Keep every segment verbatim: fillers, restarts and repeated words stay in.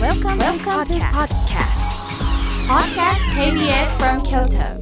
Welcome, Welcome to podcast. Podcast ケービーエス from Kyoto.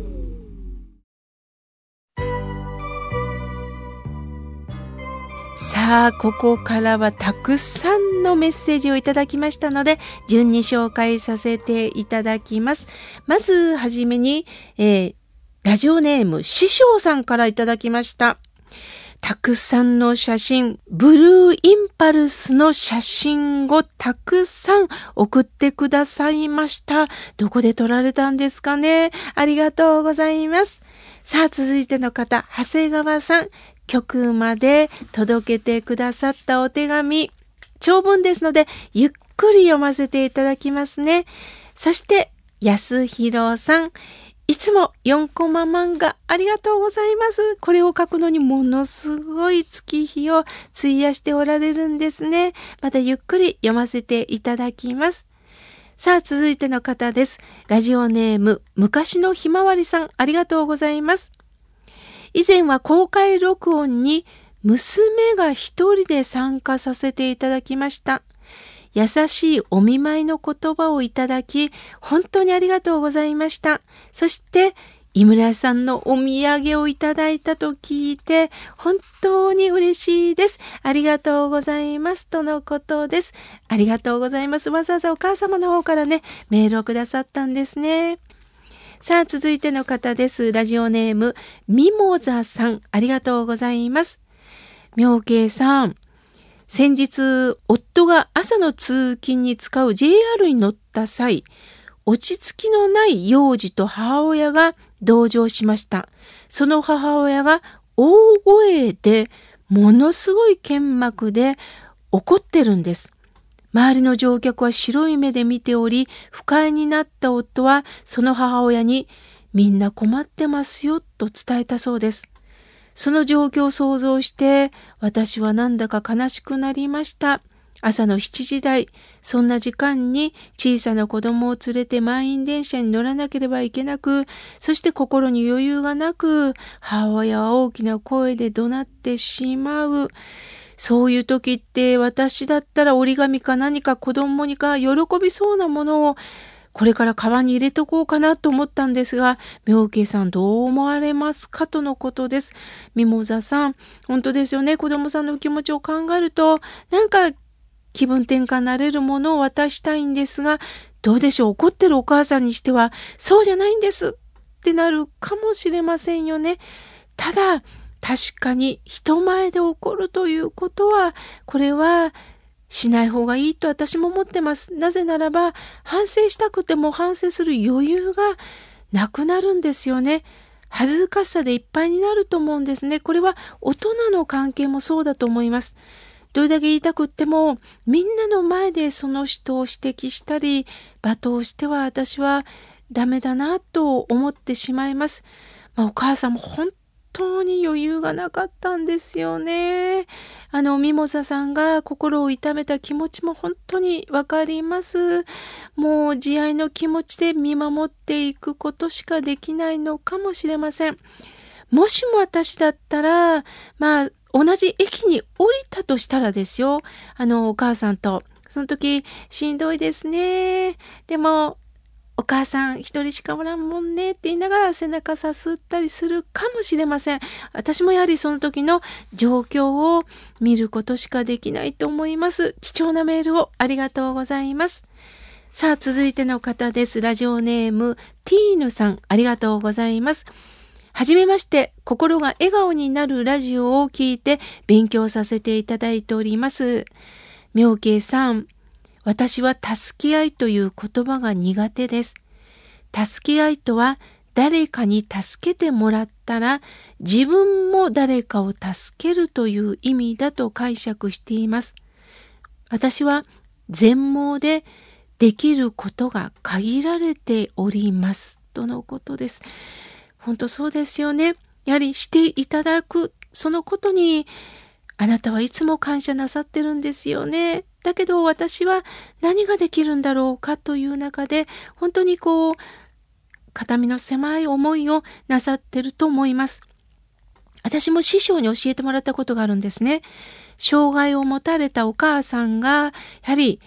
さあ、ここからはたくさんのメッセージをいただきましたので、順に紹介させていただきます。まずはじめに、えー、ラジオネーム師匠さんからいただきました。たくさんの写真、ブルーインパルスの写真をたくさん送ってくださいました。どこで撮られたんですかね。ありがとうございます。さあ、続いての方、長谷川さん。局まで届けてくださったお手紙。長文ですので、ゆっくり読ませていただきますね。そして、安弘さん。いつもよんコマ漫画ありがとうございます。これを書くのにものすごい月日を費やしておられるんですね。またゆっくり読ませていただきます。さあ、続いての方です。ラジオネーム昔のひまわりさん、ありがとうございます。以前は公開録音に娘が一人で参加させていただきました。優しいお見舞いの言葉をいただき、本当にありがとうございました。そして、井村さんのお土産をいただいたと聞いて、本当に嬉しいです。ありがとうございます。とのことです。ありがとうございます。わざわざお母様の方からね、メールをくださったんですね。さあ、続いての方です。ラジオネーム、ミモザさん。ありがとうございます。妙慶さん。先日、夫が朝の通勤に使う ジェイアール に乗った際、落ち着きのない幼児と母親が同乗しました。その母親が大声で、ものすごい剣幕で怒ってるんです。周りの乗客は白い目で見ており、不快になった夫はその母親に、みんな困ってますよと伝えたそうです。その状況を想像して、私はなんだか悲しくなりました。朝のしちじ台、そんな時間に小さな子供を連れて満員電車に乗らなければいけなく、そして心に余裕がなく、母親は大きな声で怒鳴ってしまう。そういう時って私だったら折り紙か何か子供にか喜びそうなものをこれからカバンに入れとこうかなと思ったんですが、妙慶さんどう思われますかとのことです。ミモザさん、本当ですよね。子供さんの気持ちを考えると、なんか気分転換になれるものを渡したいんですが、どうでしょう。怒ってるお母さんにしては、そうじゃないんですってなるかもしれませんよね。ただ、確かに人前で怒るということは、これはしない方がいいと私も思ってます。なぜならば、反省したくても反省する余裕がなくなるんですよね。恥ずかしさでいっぱいになると思うんですね。これは大人の関係もそうだと思います。どれだけ言いたくっても、みんなの前でその人を指摘したり、罵倒しては私はダメだなと思ってしまいます。まあ、お母さんも本当本当に余裕がなかったんですよね。あのミモザさんが心を痛めた気持ちも本当にわかります。もう慈愛の気持ちで見守っていくことしかできないのかもしれません。もしも私だったら、まあ同じ駅に降りたとしたらですよ。あのお母さんとその時しんどいですね。でもお母さん一人しかおらんもんねって言いながら背中さすったりするかもしれません。私もやはりその時の状況を見ることしかできないと思います。貴重なメールをありがとうございます。さあ続いての方です。ラジオネームティーヌさん、ありがとうございます。はじめまして、心が笑顔になるラジオを聞いて勉強させていただいております。妙慶さん、私は助け合いという言葉が苦手です。助け合いとは誰かに助けてもらったら自分も誰かを助けるという意味だと解釈しています。私は全盲でできることが限られておりますとのことです。本当そうですよね。やはりしていただくそのことにあなたはいつも感謝なさってるんですよね。だけど私は何ができるんだろうかという中で本当にこう肩身の狭い思いをなさってると思います。私も師匠に教えてもらったことがあるんですね。障害を持たれたお母さんがやはり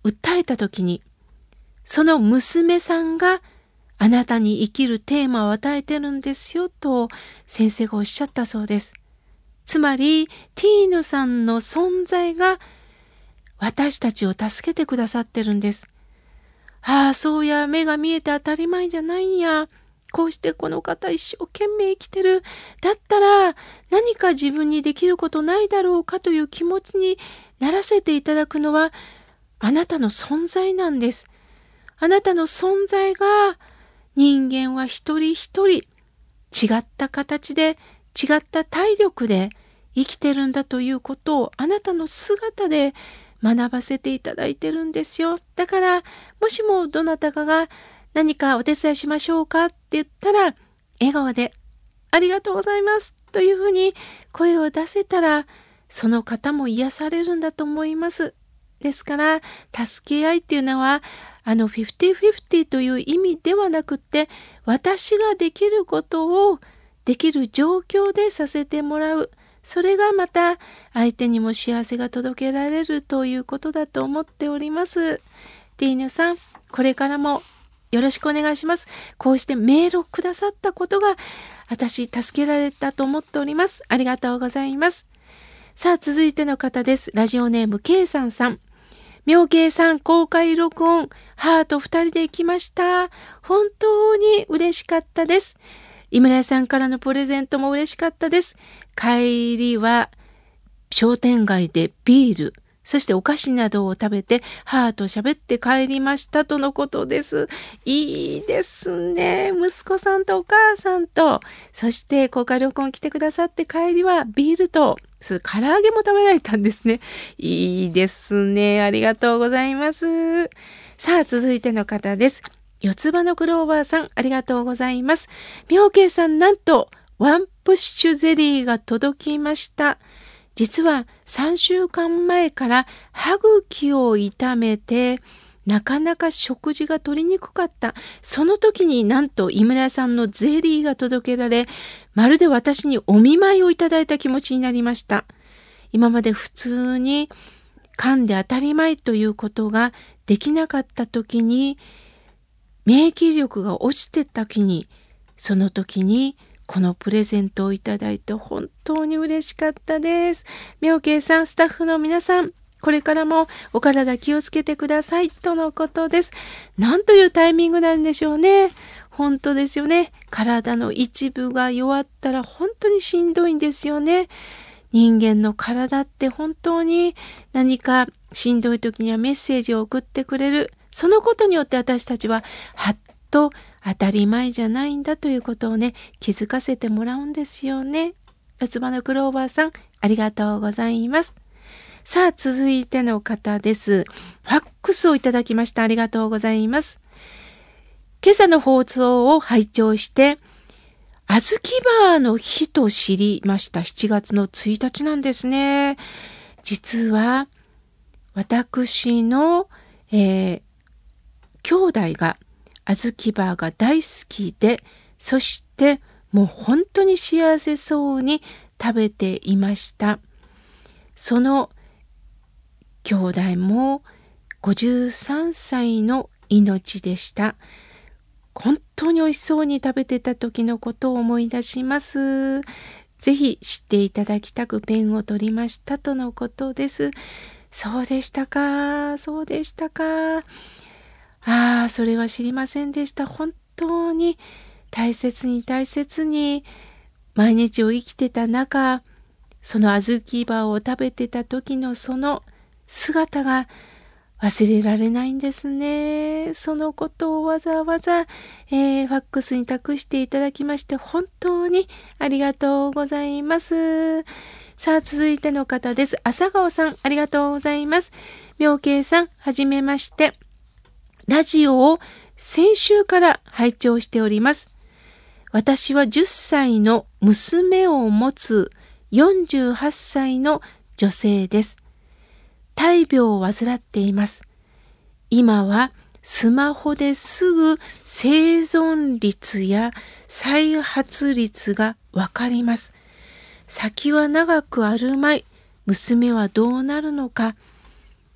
訴えたときに、その娘さんがあなたに生きるテーマを与えてるんですよと先生がおっしゃったそうです。つまりティーヌさんの存在が私たちを助けてくださってるんです。ああ、そうや、目が見えて当たり前じゃないんや。こうしてこの方一生懸命生きてる。だったら何か自分にできることないだろうかという気持ちにならせていただくのはあなたの存在なんです。あなたの存在が人間は一人一人違った形で違った体力で生きてるんだということをあなたの姿で学ばせていただいてるんですよ。だからもしもどなたかが何かお手伝いしましょうかって言ったら笑顔でありがとうございますというふうに声を出せたらその方も癒されるんだと思います。ですから助け合いっていうのはあのフィフティフィフティという意味ではなくって私ができることをできる状況でさせてもらう。それがまた相手にも幸せが届けられるということだと思っております。ティーヌさん、これからもよろしくお願いします。こうしてメールをくださったことが私助けられたと思っております。ありがとうございます。さあ続いての方です。ラジオネーム K さんさん。妙慶さん公開録音ハートふたりで行きました。本当に嬉しかったです。井村屋さんからのプレゼントも嬉しかったです。帰りは商店街でビールそしてお菓子などを食べて母と喋って帰りましたとのことです。いいですね。息子さんとお母さんとそして公開録音来てくださって帰りはビールと唐揚げも食べられたんですね。いいですね。ありがとうございます。さあ続いての方です。四つ葉のクローバーさんありがとうございます。妙慶さんなんとワンプッシュゼリーが届きました。実はさんしゅうかんまえから歯茎を痛めてなかなか食事が取りにくかった。その時になんと井村さんのゼリーが届けられ、まるで私にお見舞いをいただいた気持ちになりました。今まで普通に噛んで当たり前ということができなかった時に、免疫力が落ちてた時に、その時にこのプレゼントをいただいて本当に嬉しかったです。妙慶さん、スタッフの皆さん、これからもお体気をつけてくださいとのことです。なんというタイミングなんでしょうね。本当ですよね。体の一部が弱ったら本当にしんどいんですよね。人間の体って本当に何かしんどい時にはメッセージを送ってくれる。そのことによって私たちははっと当たり前じゃないんだということをね、気づかせてもらうんですよね。四つ葉のクローバーさん、ありがとうございます。さあ、続いての方です。ファックスをいただきました。ありがとうございます。今朝の放送を拝聴して、あずきバーの日と知りました。しちがつのついたちなんですね。実は、私の、えー、兄弟があずきバーが大好きで、そしてもう本当に幸せそうに食べていました。その兄弟もごじゅうさんさいの命でした。本当に美味しそうに食べてた時のことを思い出します。ぜひ知っていただきたくペンを取りましたとのことです。そうでしたか、そうでしたか。ああ、それは知りませんでした。本当に大切に大切に毎日を生きてた中、その小豆バーを食べてた時のその姿が忘れられないんですね。そのことをわざわざ、えー、ファックスに託していただきまして本当にありがとうございます。さあ続いての方です。朝顔さん、ありがとうございます。妙慶さん、はじめまして。ラジオを先週から拝聴しております。私はじゅっさいの娘を持つよんじゅうはっさいの女性です。大病を患っています。今はスマホですぐ生存率や再発率がわかります。先は長くあるまい、娘はどうなるのか、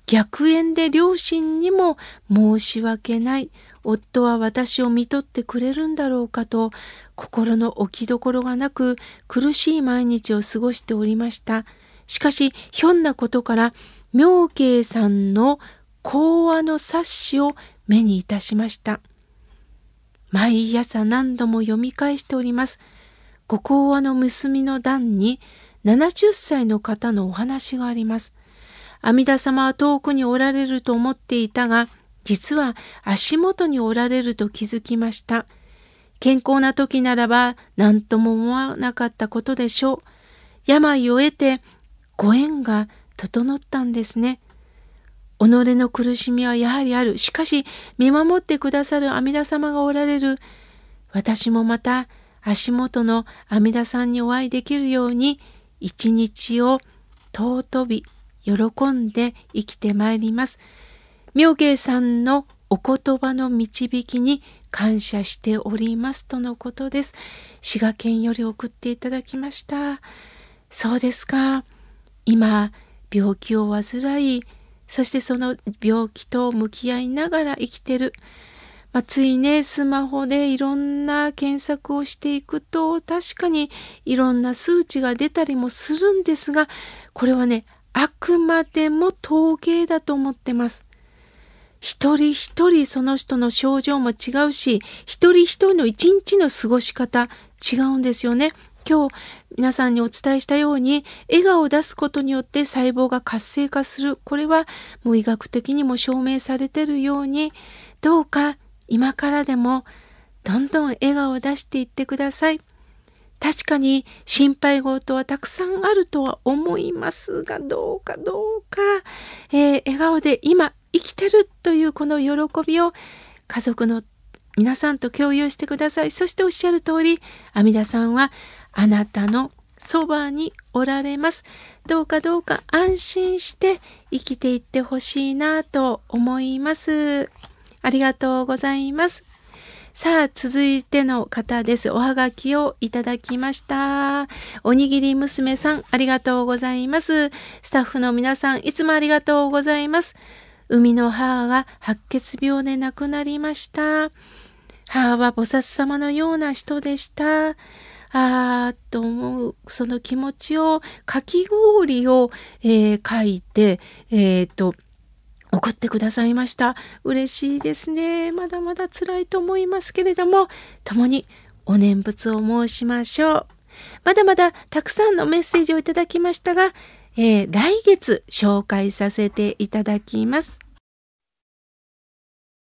逆縁で両親にも申し訳ない。夫は私を看取ってくれるんだろうかと、心の置きどころがなく苦しい毎日を過ごしておりました。しかし、ひょんなことから明慶さんの講話の冊子を目にいたしました。毎朝何度も読み返しております。ご講話の結びの段にななじゅっさいの方のお話があります。阿弥陀様は遠くにおられると思っていたが、実は足元におられると気づきました。健康な時ならば何とも思わなかったことでしょう。病を得てご縁が整ったんですね。己の苦しみはやはりある。しかし見守ってくださる阿弥陀様がおられる。私もまた足元の阿弥陀さんにお会いできるように一日を尊び喜んで生きてまいります。明慶さんのお言葉の導きに感謝しておりますとのことです。滋賀県より送っていただきました。そうですか。今病気を患い、そしてその病気と向き合いながら生きてる。まあ、ついねスマホでいろんな検索をしていくと確かにいろんな数値が出たりもするんですが、これはねあくまでも統計だと思ってます。一人一人その人の症状も違うし、一人一人の一日の過ごし方違うんですよね。今日皆さんにお伝えしたように笑顔を出すことによって細胞が活性化する。これはもう医学的にも証明されているように、どうか今からでもどんどん笑顔を出していってください。確かに心配事はたくさんあるとは思いますが、どうかどうか、えー、笑顔で今生きてるというこの喜びを家族の皆さんと共有してください。そしておっしゃる通り、阿弥陀さんはあなたのそばにおられます。どうかどうか安心して生きていってほしいなと思います。ありがとうございます。さあ、続いての方です。おはがきをいただきました。おにぎり娘さん、ありがとうございます。スタッフの皆さん、いつもありがとうございます。生みの母が白血病で亡くなりました。母は菩薩様のような人でした。あーと思うその気持ちをかき氷を、えー、書いて、えー、と送ってくださいました。嬉しいですね。まだまだ辛いと思いますけれども、共にお念仏を申しましょう。まだまだたくさんのメッセージをいただきましたが、えー、来月紹介させていただきます。